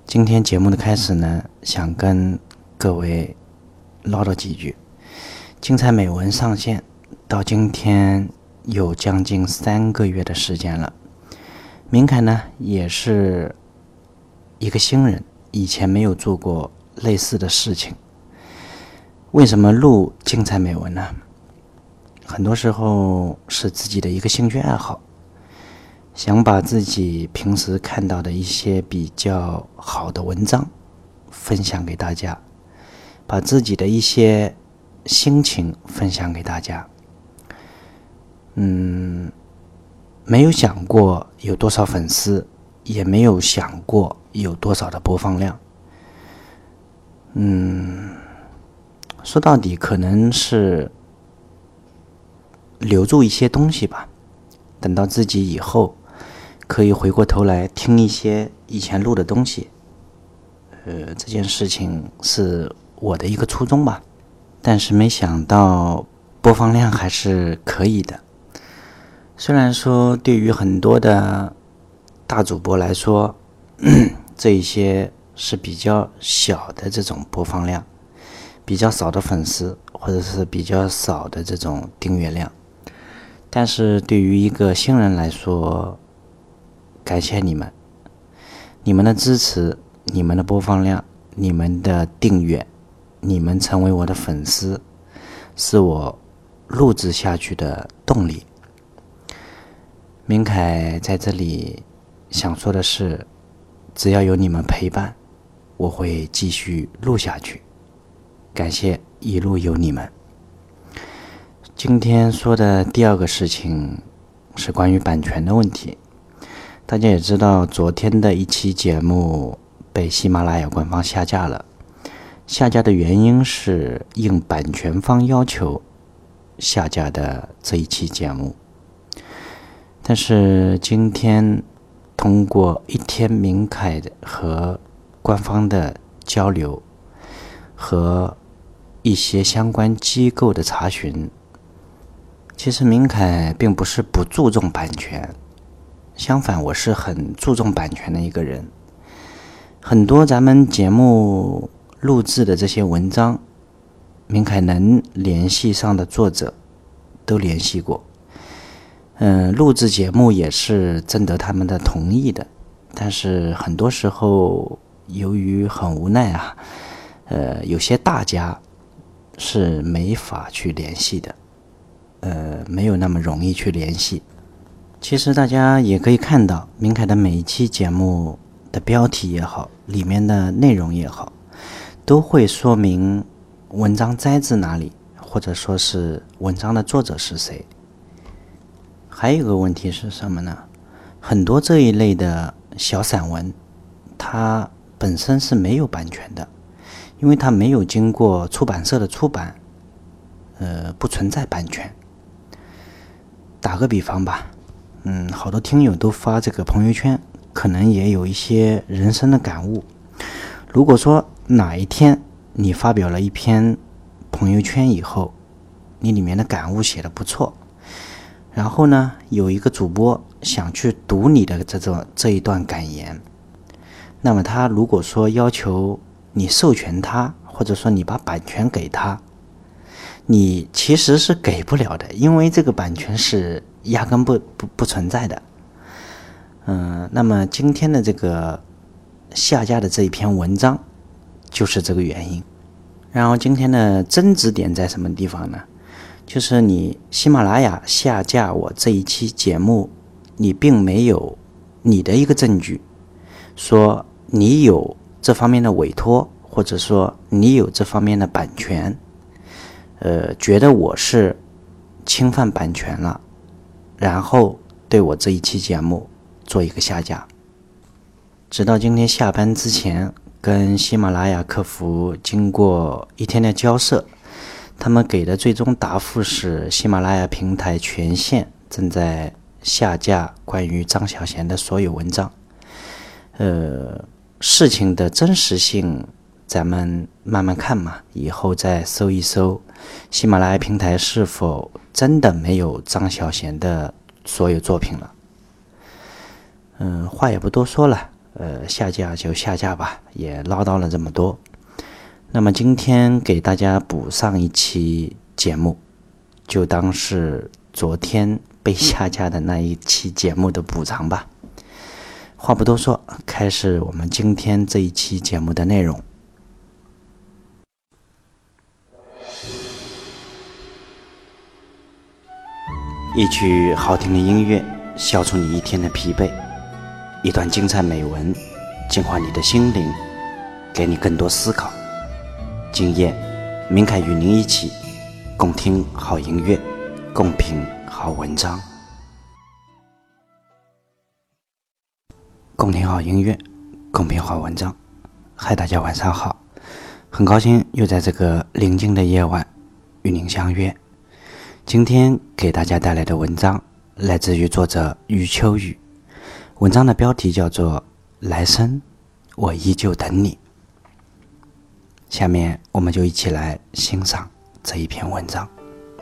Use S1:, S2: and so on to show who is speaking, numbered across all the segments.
S1: 今天节目的开始呢，想跟各位唠叨几句。精彩美文上线到今天有将近3个月的时间了。明凯呢也是一个新人，以前没有做过类似的事情。为什么录精彩美文呢？很多时候是自己的一个兴趣爱好，想把自己平时看到的一些比较好的文章分享给大家，把自己的一些心情分享给大家。没有想过有多少粉丝，也没有想过有多少的播放量。说到底可能是留住一些东西吧，等到自己以后可以回过头来听一些以前录的东西。这件事情是我的一个初衷吧，但是没想到播放量还是可以的。虽然说对于很多的大主播来说，这一些是比较小的这种播放量，比较少的粉丝，或者是比较少的这种订阅量，但是对于一个新人来说，感谢你们，你们的支持，你们的播放量，你们的订阅，你们成为我的粉丝，是我录制下去的动力。明凯在这里想说的是，只要有你们陪伴，我会继续录下去。感谢一路有你们。今天说的第二个事情是关于版权的问题。大家也知道，昨天的一期节目被喜马拉雅官方下架了。下架的原因是应版权方要求下架的这一期节目。但是今天通过一天明凯和官方的交流和一些相关机构的查询，其实明凯并不是不注重版权，相反我是很注重版权的一个人。很多咱们节目录制的这些文章，明凯能联系上的作者都联系过。录制节目也是征得他们的同意的，但是很多时候由于很无奈啊，有些大家是没法去联系的，没有那么容易去联系。其实大家也可以看到，明凯的每一期节目的标题也好，里面的内容也好，都会说明文章摘自哪里，或者说是文章的作者是谁。还有一个问题是什么呢？很多这一类的小散文，它本身是没有版权的，因为它没有经过出版社的出版，不存在版权。打个比方吧，好多听友都发这个朋友圈，可能也有一些人生的感悟。如果说哪一天你发表了一篇朋友圈以后，你里面的感悟写得不错，然后呢，有一个主播想去读你的这一段感言，那么他如果说要求你授权他，或者说你把版权给他，你其实是给不了的，因为这个版权是压根不存在的。那么今天的这个下架的这一篇文章就是这个原因。然后今天的争执点在什么地方呢？就是你喜马拉雅下架我这一期节目，你并没有你的一个证据，说你有这方面的委托，或者说你有这方面的版权，觉得我是侵犯版权了，然后对我这一期节目做一个下架。直到今天下班之前，跟喜马拉雅客服经过一天的交涉，他们给的最终答复是喜马拉雅平台权限正在下架关于张小娴的所有文章。事情的真实性咱们慢慢看嘛，以后再搜一搜喜马拉雅平台是否真的没有张小娴的所有作品了。话也不多说了， 下架就下架吧，也唠叨了这么多。那么今天给大家补上一期节目，就当是昨天被下架的那一期节目的补偿吧。话不多说，开始我们今天这一期节目的内容。一曲好听的音乐，消除你一天的疲惫；一段精彩美文，净化你的心灵，给你更多思考。今夜，明凯与您一起共听好音乐，共品好文章。共听好音乐，共品好文章。嗨，大家晚上好，很高兴又在这个宁静的夜晚与您相约。今天给大家带来的文章来自于作者余秋雨，文章的标题叫做来生我依旧等你。下面我们就一起来欣赏这一篇文章。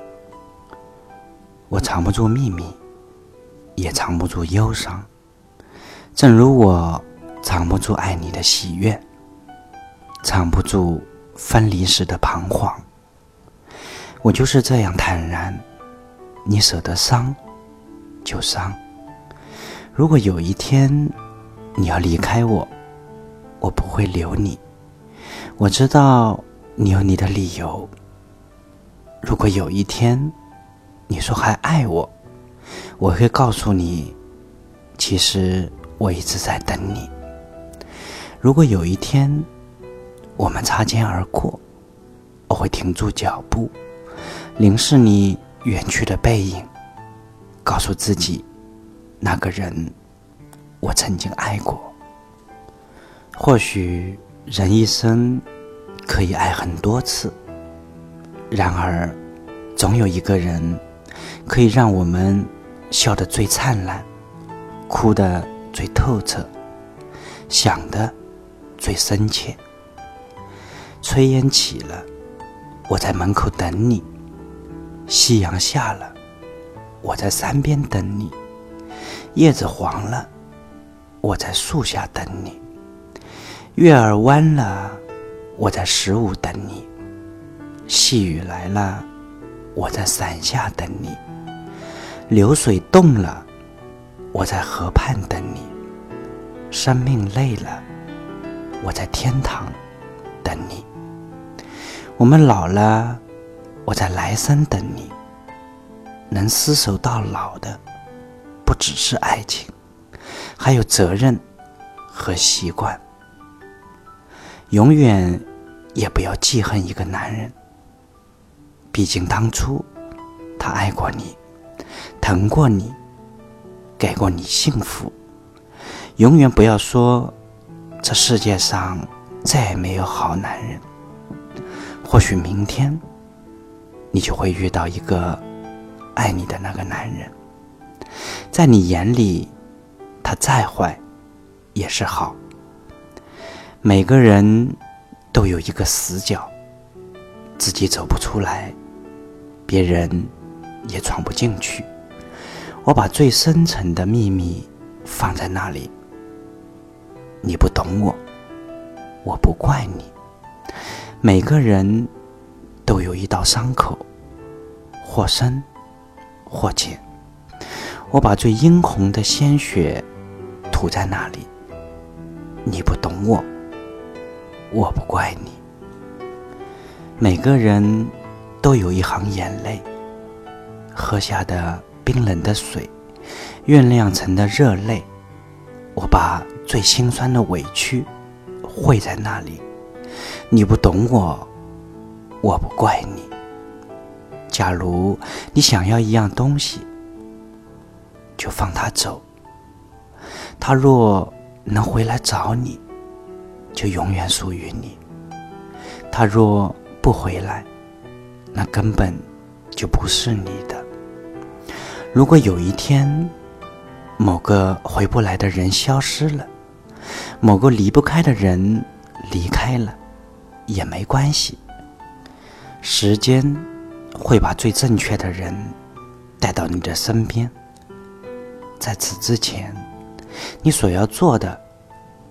S1: 我藏不住秘密，也藏不住忧伤，正如我藏不住爱你的喜悦，藏不住分离时的彷徨。我就是这样坦然，你舍得伤就伤。如果有一天你要离开我，我不会留你。我知道你有你的理由。如果有一天你说还爱我，我会告诉你，其实我一直在等你。如果有一天我们擦肩而过，我会停住脚步，凝视你远去的背影，告诉自己，那个人我曾经爱过。或许人一生可以爱很多次，然而总有一个人可以让我们笑得最灿烂，哭得最透彻，想得最深切。炊烟起了，我在门口等你；夕阳下了，我在山边等你；叶子黄了，我在树下等你；月儿弯了，我在15等你；细雨来了，我在伞下等你；流水动了，我在河畔等你；生命累了，我在天堂等你；我们老了，我在来生等你。能厮守到老的，不只是爱情，还有责任和习惯。永远也不要记恨一个男人，毕竟当初他爱过你，疼过你，给过你幸福。永远不要说这世界上再也没有好男人。或许明天你就会遇到一个爱你的那个男人，在你眼里他再坏也是好。每个人都有一个死角，自己走不出来，别人也闯不进去。我把最深层的秘密放在那里，你不懂我，我不怪你。每个人都有一道伤口，或深或浅。我把最殷红的鲜血涂在那里，你不懂我，我不怪你。每个人都有一行眼泪，喝下的冰冷的水酝酿成的热泪。我把最心酸的委屈汇在那里，你不懂我，我不怪你。假如你想要一样东西，就放它走。它若能回来找你，就永远属于你。它若不回来，那根本就不是你的。如果有一天某个回不来的人消失了，某个离不开的人离开了，也没关系。时间会把最正确的人带到你的身边。在此之前，你所要做的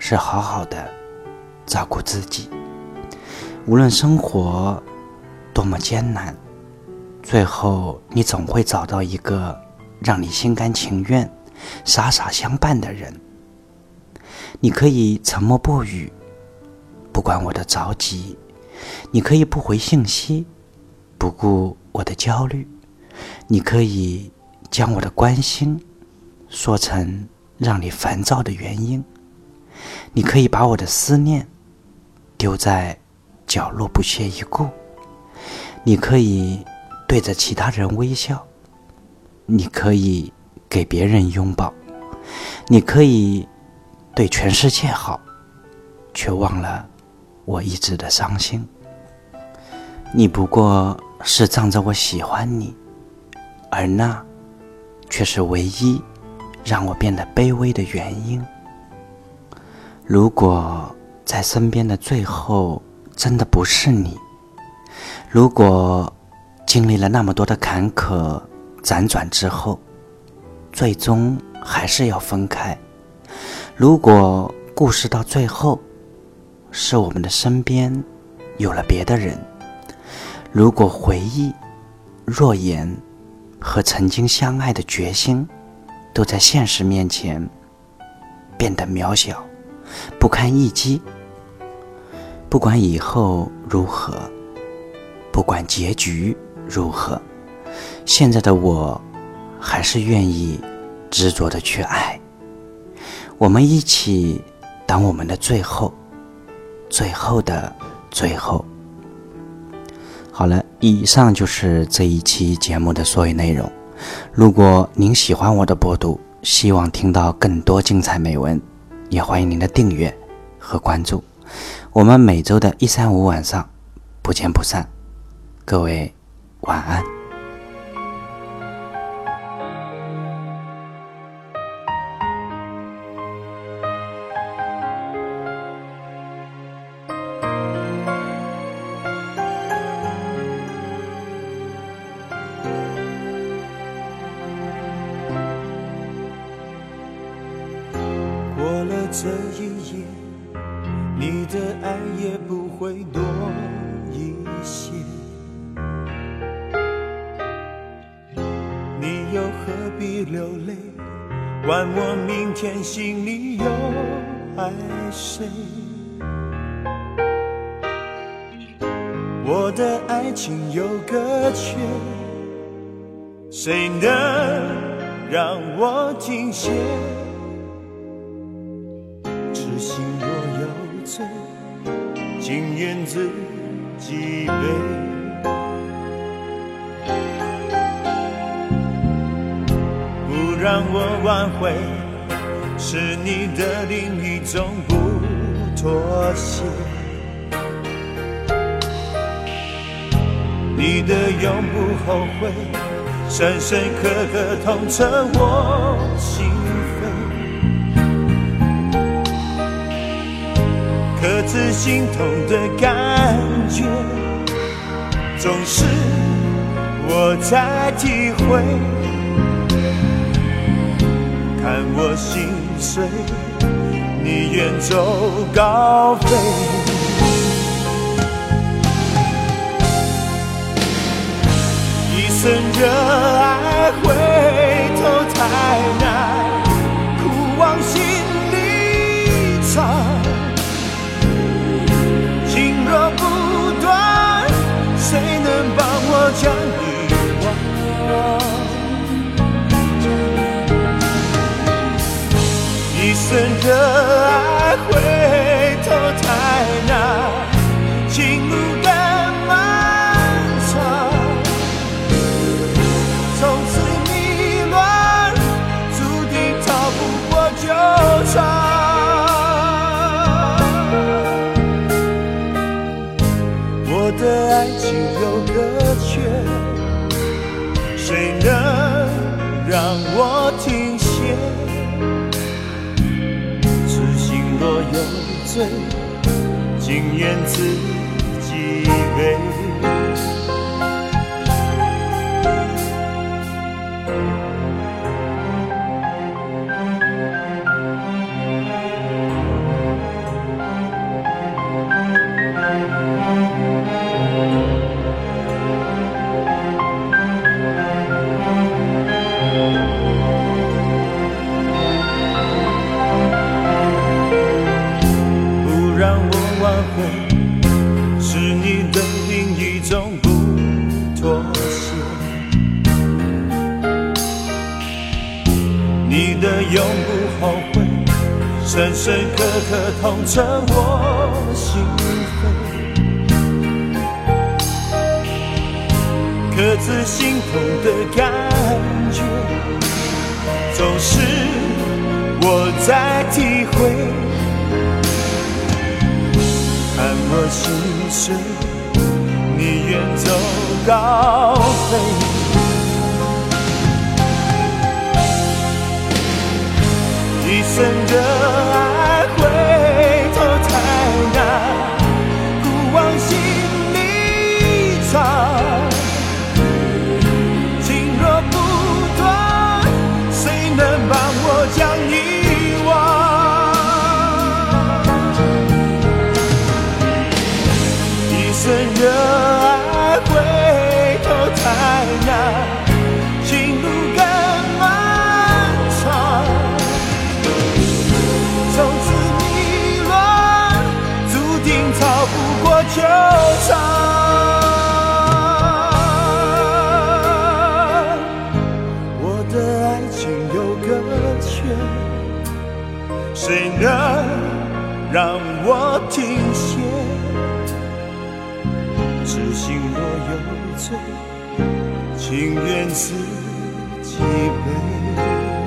S1: 是好好的照顾自己。无论生活多么艰难，最后你总会找到一个让你心甘情愿傻傻相伴的人。你可以沉默不语，不管我的着急；你可以不回信息，不顾我的焦虑；你可以将我的关心说成让你烦躁的原因；你可以把我的思念丢在角落不屑一顾；你可以对着其他人微笑；你可以给别人拥抱；你可以对全世界好，却忘了我一直的伤心。你不过是仗着我喜欢你，而那却是唯一让我变得卑微的原因。如果在身边的最后真的不是你，如果经历了那么多的坎坷辗转之后，最终还是要分开，如果故事到最后是我们的身边有了别的人，如果回忆、诺言和曾经相爱的决心都在现实面前变得渺小，不堪一击，不管以后如何，不管结局如何，现在的我还是愿意执着地去爱。我们一起等我们的最后，最后的最后。好了，以上就是这一期节目的所有内容。如果您喜欢我的播读，希望听到更多精彩美文，也欢迎您的订阅和关注。我们每周的1、3、5晚上不见不散。各位晚安。
S2: 过了这一夜，你的爱也不会多一些，你又何必流泪，管我明天心里又爱谁？我的爱情有个缺，谁能让我停歇？痴心若有罪，情愿自己背。不让我挽回，是你的另一种不妥协。你的永不后悔，深深刻刻痛彻我心扉。可知心痛的感觉，总是我在体会。看我心碎，你远走高飞。一生热爱回头太难，苦往心里藏。情若不断，谁能帮我将遗忘？一生热爱回头太难，情路更漫长。从此迷乱，注定逃不过纠缠。我的爱情有个缺，谁能让我停歇？痴心若有罪，情愿自己背。 悔，是你的另一种不妥协。你的永不后悔，深深刻刻痛彻我心扉，刻自心头的感觉，总是我在体会。看我心碎，你远走高飞。一生的爱回头太难，古往心里藏。情若不断，谁能帮我将遗忘？一生的爱回头太难，情路更漫长。从此迷乱，注定逃不过纠缠。我的爱情有个缺，谁能让我停歇？痴心若有罪，情愿自己背。